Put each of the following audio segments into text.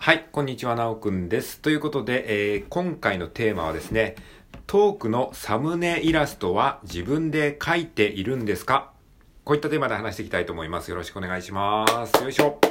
はい、こんにちは、なおくんです。ということで、今回のテーマはですね、トークのサムネイラストは自分で描いているんですか？こういったテーマで話していきたいと思います。よろしくお願いします。よいしょ。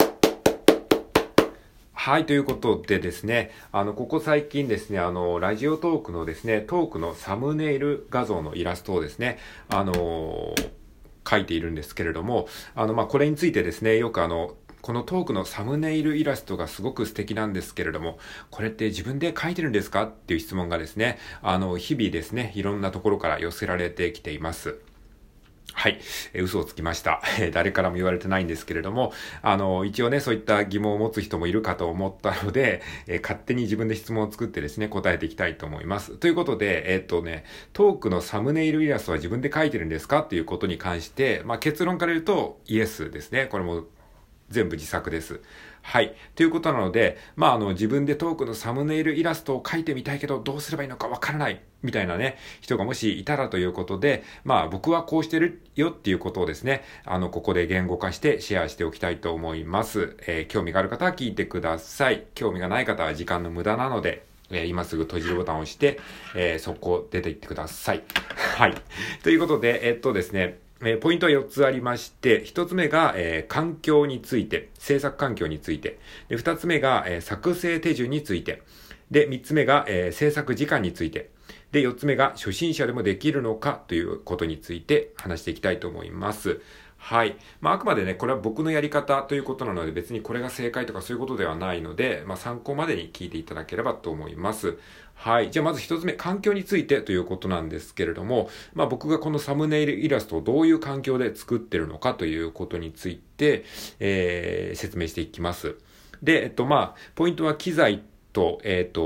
はい、ということでですね、ここ最近ですね、ラジオトークのですね、トークのサムネイル画像のイラストをですね、描いているんですけれども、これについてですね、よくこのトークのサムネイルイラストがすごく素敵なんですけれども、これって自分で描いてるんですかっていう質問がですね、日々ですね、いろんなところから寄せられてきています。はい、嘘をつきました。誰からも言われてないんですけれども、一応ね、そういった疑問を持つ人もいるかと思ったので、勝手に自分で質問を作ってですね、答えていきたいと思います。ということで、トークのサムネイルイラストは自分で描いてるんですかっていうことに関して、結論から言うと、イエスですね。これも全部自作です。はい。ということなので、自分でトークのサムネイルイラストを描いてみたいけど、どうすればいいのかわからない。みたいなね、人がもしいたらということで、僕はこうしてるよっていうことをですね、ここで言語化してシェアしておきたいと思います。興味がある方は聞いてください。興味がない方は時間の無駄なので、今すぐ閉じるボタンを押して、そこ出ていってください。はい。ということで、ですね、ポイントは4つありまして、1つ目が、環境について、制作環境について。で、2つ目が、作成手順について。で、3つ目が、制作時間について。で、4つ目が初心者でもできるのかということについて話していきたいと思います。はい。あくまでね、これは僕のやり方ということなので、別にこれが正解とかそういうことではないので、参考までに聞いていただければと思います。はい。じゃあまず一つ目、環境についてということなんですけれども、僕がこのサムネイルイラストをどういう環境で作ってるのかということについて、説明していきます。で、ポイントは機材と、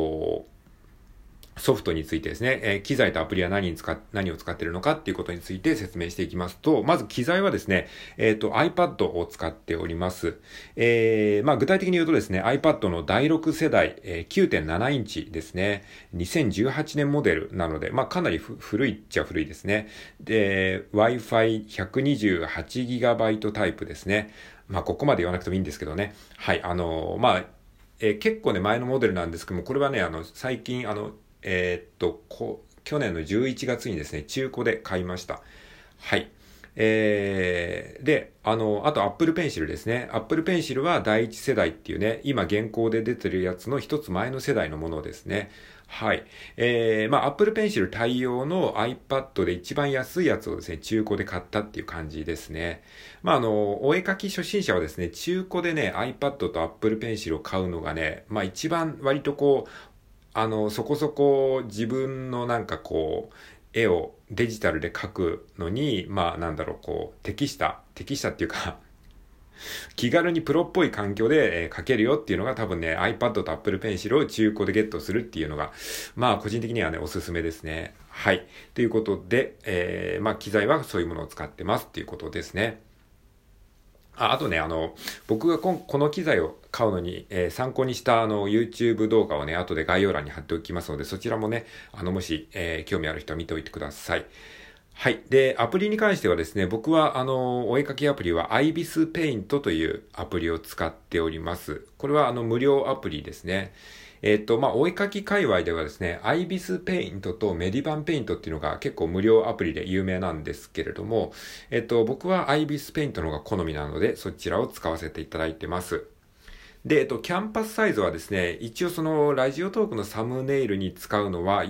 ソフトについてですね、機材とアプリは何を使っているのかっていうことについて説明していきますと、まず機材はですね、iPad を使っております。具体的に言うとですね、iPad の第6世代、9.7 インチですね。2018年モデルなので、かなり古いっちゃ古いですね。で、Wi-Fi128GB タイプですね。ここまで言わなくてもいいんですけどね。はい、結構ね、前のモデルなんですけども、これはね、最近、去年の11月にですね、中古で買いました。はい。で、あと Apple Pencil ですね。Apple Pencil は第一世代っていうね、今現行で出てるやつの一つ前の世代のものですね。はい。Apple Pencil 対応の iPad で一番安いやつをですね、中古で買ったっていう感じですね。お絵描き初心者はですね、中古でね、iPad と Apple Pencil を買うのがね、一番割とそこそこ自分の絵をデジタルで描くのに、適したっていうか気軽にプロっぽい環境で描けるよっていうのが多分ね、iPad と Apple Pencil を中古でゲットするっていうのが、個人的にはね、おすすめですね。はい。ということで、機材はそういうものを使ってますっていうことですね。あとね、僕がこの機材を買うのに、参考にしたYouTube 動画をね、後で概要欄に貼っておきますので、そちらもね、もし、興味ある人は見ておいてください。はい。で、アプリに関してはですね、僕は、お絵かきアプリは Ibis Paint というアプリを使っております。これは、無料アプリですね。お絵かき界隈ではですね、Ibis Paint とメディバン Paint っていうのが結構無料アプリで有名なんですけれども、僕は Ibis Paint の方が好みなので、そちらを使わせていただいてます。で、キャンパスサイズはですね、一応そのラジオトークのサムネイルに使うのは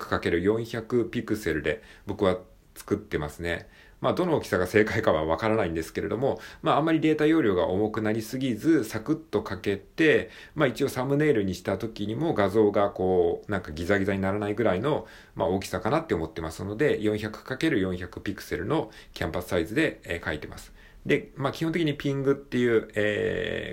400×400 ピクセルで僕は作ってますね。どの大きさが正解かはわからないんですけれども、あんまりデータ容量が重くなりすぎず、サクッとかけて、一応サムネイルにした時にも画像がギザギザにならないぐらいの、大きさかなって思ってますので、400×400 ピクセルのキャンパスサイズで、書いてます。で、基本的にピングっていう、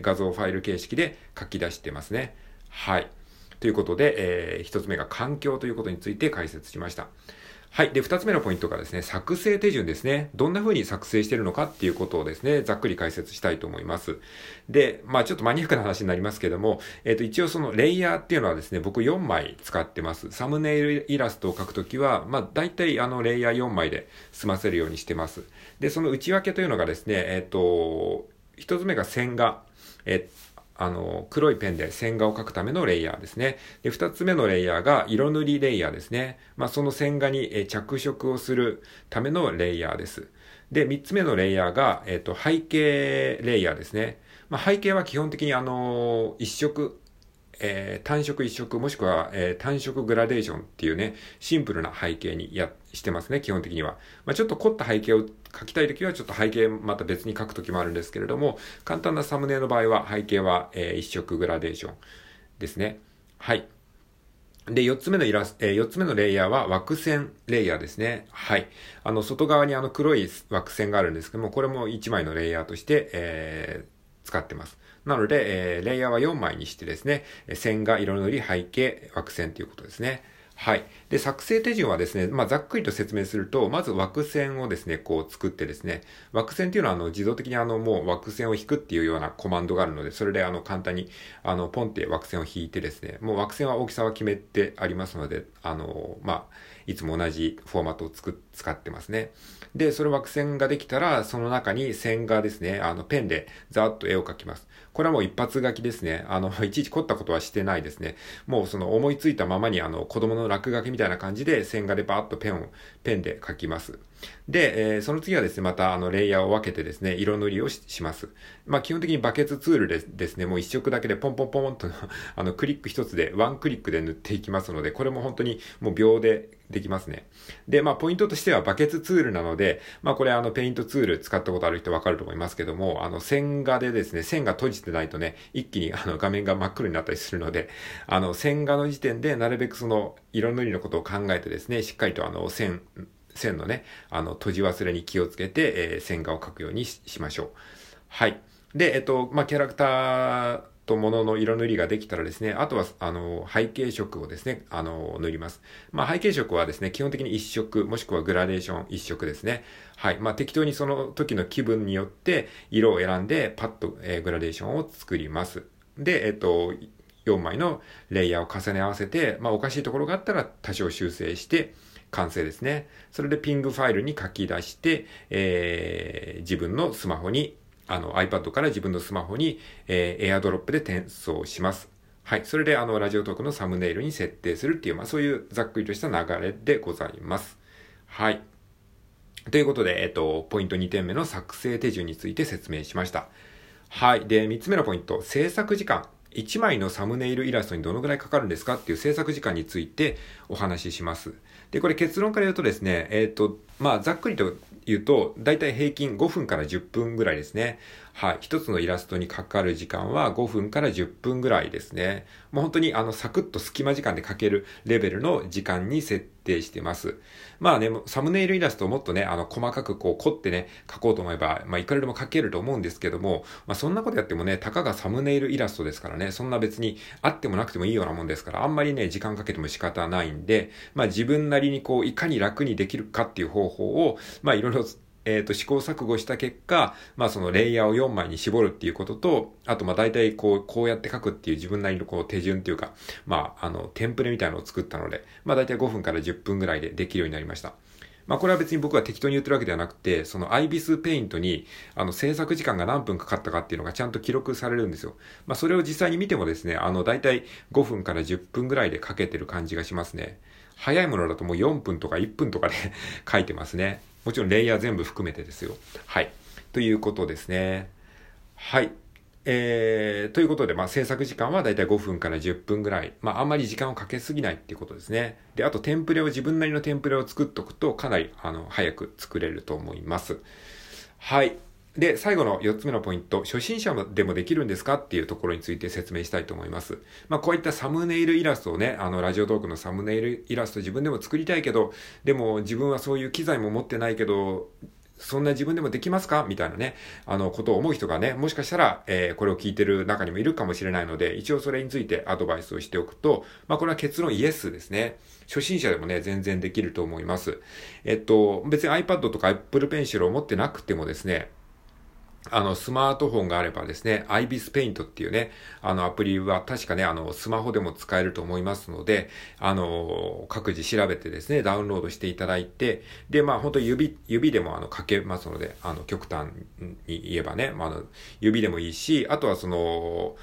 画像ファイル形式で書き出してますね。はい。ということで、一つ目が環境ということについて解説しました。はい。で、二つ目のポイントがですね、作成手順ですね。どんな風に作成しているのかっていうことをですね、ざっくり解説したいと思います。で、ちょっとマニアックな話になりますけども、一応そのレイヤーっていうのはですね、僕4枚使ってます。サムネイルイラストを描くときは、大体レイヤー4枚で済ませるようにしてます。で、その内訳というのがですね、一つ目が線画。 黒いペンで線画を描くためのレイヤーですね。で、二つ目のレイヤーが色塗りレイヤーですね。その線画に着色をするためのレイヤーです。で、三つ目のレイヤーが、背景レイヤーですね。背景は基本的に一色、単色一色もしくは、単色グラデーションっていうね、シンプルな背景にしてますね、基本的には。ちょっと凝った背景を描きたいときは、ちょっと背景また別に描くときもあるんですけれども、簡単なサムネの場合は背景は、一色グラデーションですね。はい。で、四つ目のレイヤーは枠線レイヤーですね。はい。外側に黒い枠線があるんですけども、これも一枚のレイヤーとして、使ってます。なので、レイヤーは4枚にしてですね、線画、色塗り、背景、枠線ということですね。はい。で、作成手順はですね、ざっくりと説明すると、まず枠線をですね、こう作ってですね、枠線っていうのは自動的にもう枠線を引くっていうようなコマンドがあるので、それで簡単に、ポンって枠線を引いてですね、もう枠線は大きさは決めてありますので、いつも同じフォーマットを使ってますね。で、それ枠線ができたら、その中に線画ですね、ペンでざーっと絵を描きます。これはもう一発書きですね。いちいち凝ったことはしてないですね。もうその思いついたままに子供の落書きみたいな感じで線画でバーッとペンで描きます。で、その次はですね、またレイヤーを分けてですね、色塗りをします。基本的にバケツツールでですね、もう一色だけでポンポンポンとクリック一つで、ワンクリックで塗っていきますので、これも本当にもう秒でできますね。で、ポイントとしてはバケツツールなので、これペイントツール使ったことある人わかると思いますけども、線画でですね、線が閉じてないとね、一気に画面が真っ黒になったりするので、線画の時点でなるべくその色塗りのことを考えてですね、しっかりと線のね、閉じ忘れに気をつけて、線画を描くようにしましょう。はい。で、キャラクターと物の色塗りができたらですね、あとは、背景色をですね、塗ります。背景色はですね、基本的に一色、もしくはグラデーション一色ですね。はい。適当にその時の気分によって、色を選んで、パッと、グラデーションを作ります。で、4枚のレイヤーを重ね合わせて、おかしいところがあったら多少修正して、完成ですね。それでピングファイルに書き出して、自分のスマホに、iPad から自分のスマホに、AirDrop で転送します。はい。それで、ラジオトークのサムネイルに設定するっていう、そういうざっくりとした流れでございます。はい。ということで、ポイント2点目の作成手順について説明しました。はい。で、3つ目のポイント、制作時間。1枚のサムネイルイラストにどのぐらいかかるんですかっていう制作時間についてお話しします。で、これ結論から言うとですね、ざっくりと言うと、だいたい平均5分から10分ぐらいですね。はい。一つのイラストにかかる時間は5分から10分ぐらいですね。もう本当にサクッと隙間時間で描けるレベルの時間に設定してます。サムネイルイラストをもっとね、細かくこう凝ってね、描こうと思えば、いくらでも描けると思うんですけども、そんなことやってもね、たかがサムネイルイラストですからね、そんな別にあってもなくてもいいようなもんですから、あんまりね、時間かけても仕方ないんで、自分なりにこう、いかに楽にできるかっていう方法を、いろいろ試行錯誤した結果、そのレイヤーを4枚に絞るっていうことと、あと大体こうやって書くっていう自分なりのこう手順っていうか、テンプレみたいなのを作ったので、大体5分から10分ぐらいでできるようになりました。これは別に僕は適当に言ってるわけではなくて、その IBIS ペイントに、制作時間が何分かかったかっていうのがちゃんと記録されるんですよ。それを実際に見てもですね、大体5分から10分ぐらいで書けてる感じがしますね。早いものだともう4分とか1分とかで書いてますね。もちろんレイヤー全部含めてですよ。はい。ということですね。はい。ということで、制作時間はだいたい5分から10分ぐらい。あんまり時間をかけすぎないっていうことですね。で、あと自分なりのテンプレを作っとくと、かなり、早く作れると思います。はい。で、最後の4つ目のポイント、初心者でもできるんですかっていうところについて説明したいと思います。こういったサムネイルイラストをね、ラジオトークのサムネイルイラスト自分でも作りたいけど、でも自分はそういう機材も持ってないけど、そんな自分でもできますかみたいなね、ことを思う人がね、もしかしたら、これを聞いてる中にもいるかもしれないので、一応それについてアドバイスをしておくと、これは結論イエスですね。初心者でもね、全然できると思います。別に iPad とか Apple Pencil を持ってなくてもですね、スマートフォンがあればですね、IBIS Paint っていうね、アプリは確かね、スマホでも使えると思いますので、各自調べてですね、ダウンロードしていただいて、で、本当に指でも書けますので、極端に言えばね、指でもいいし、あとは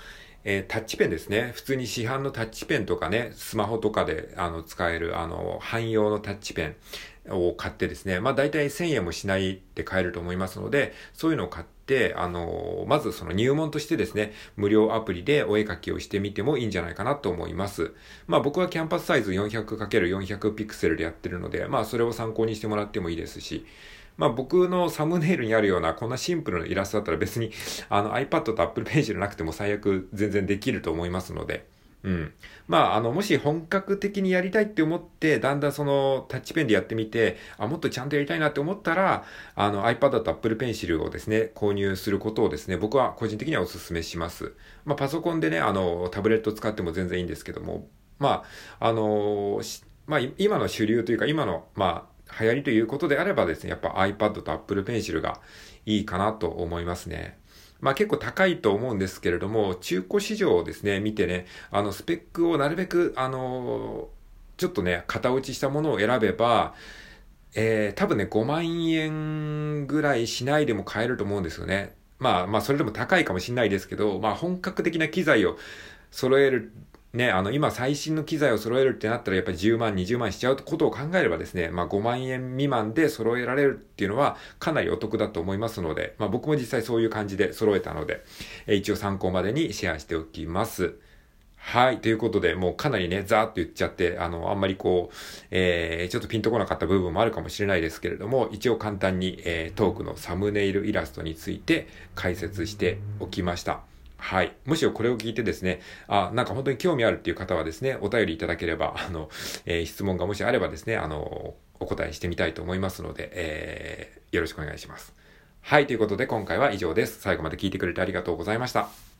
タッチペンですね。普通に市販のタッチペンとかね、スマホとかで使える汎用のタッチペンを買ってですね、まあ大体1000円もしないで買えると思いますので、そういうのを買って、まずその入門としてですね、無料アプリでお絵描きをしてみてもいいんじゃないかなと思います。まあ僕はキャンパスサイズ 400×400 ピクセルでやってるので、まあそれを参考にしてもらってもいいですし、まあ僕のサムネイルにあるようなこんなシンプルなイラストだったら別にiPad と Apple Pencil なくても最悪全然できると思いますので、うん。まあ、もし本格的にやりたいって思って、だんだんそのタッチペンでやってみて、もっとちゃんとやりたいなって思ったら、iPad と Apple Pencil をですね、購入することをですね、僕は個人的にはお勧めします。まあ、パソコンでね、タブレット使っても全然いいんですけども、まあ、まあ、今の主流というか、今の、まあ、流行りということであればですね、やっぱ iPad と Apple Pencil がいいかなと思いますね。まあ結構高いと思うんですけれども、中古市場をですね、見てね、スペックをなるべく、ちょっとね、型落ちしたものを選べば、多分ね、5万円ぐらいしないでも買えると思うんですよね。まあまあ、それでも高いかもしれないですけど、まあ本格的な機材を揃えるね、今最新の機材を揃えるってなったらやっぱり10万、20万しちゃうことを考えればですね、まあ5万円未満で揃えられるっていうのはかなりお得だと思いますので、まあ僕も実際そういう感じで揃えたので、一応参考までにシェアしておきます。はい。ということで、もうかなりね、ざーっと言っちゃって、あんまりこう、ちょっとピンとこなかった部分もあるかもしれないですけれども、一応簡単に、トークのサムネイルイラストについて解説しておきました。はい。もしろこれを聞いてですね、なんか本当に興味あるっていう方はですね、お便りいただければ、質問がもしあればですね、お答えしてみたいと思いますので、よろしくお願いします。はい。ということで、今回は以上です。最後まで聞いてくれてありがとうございました。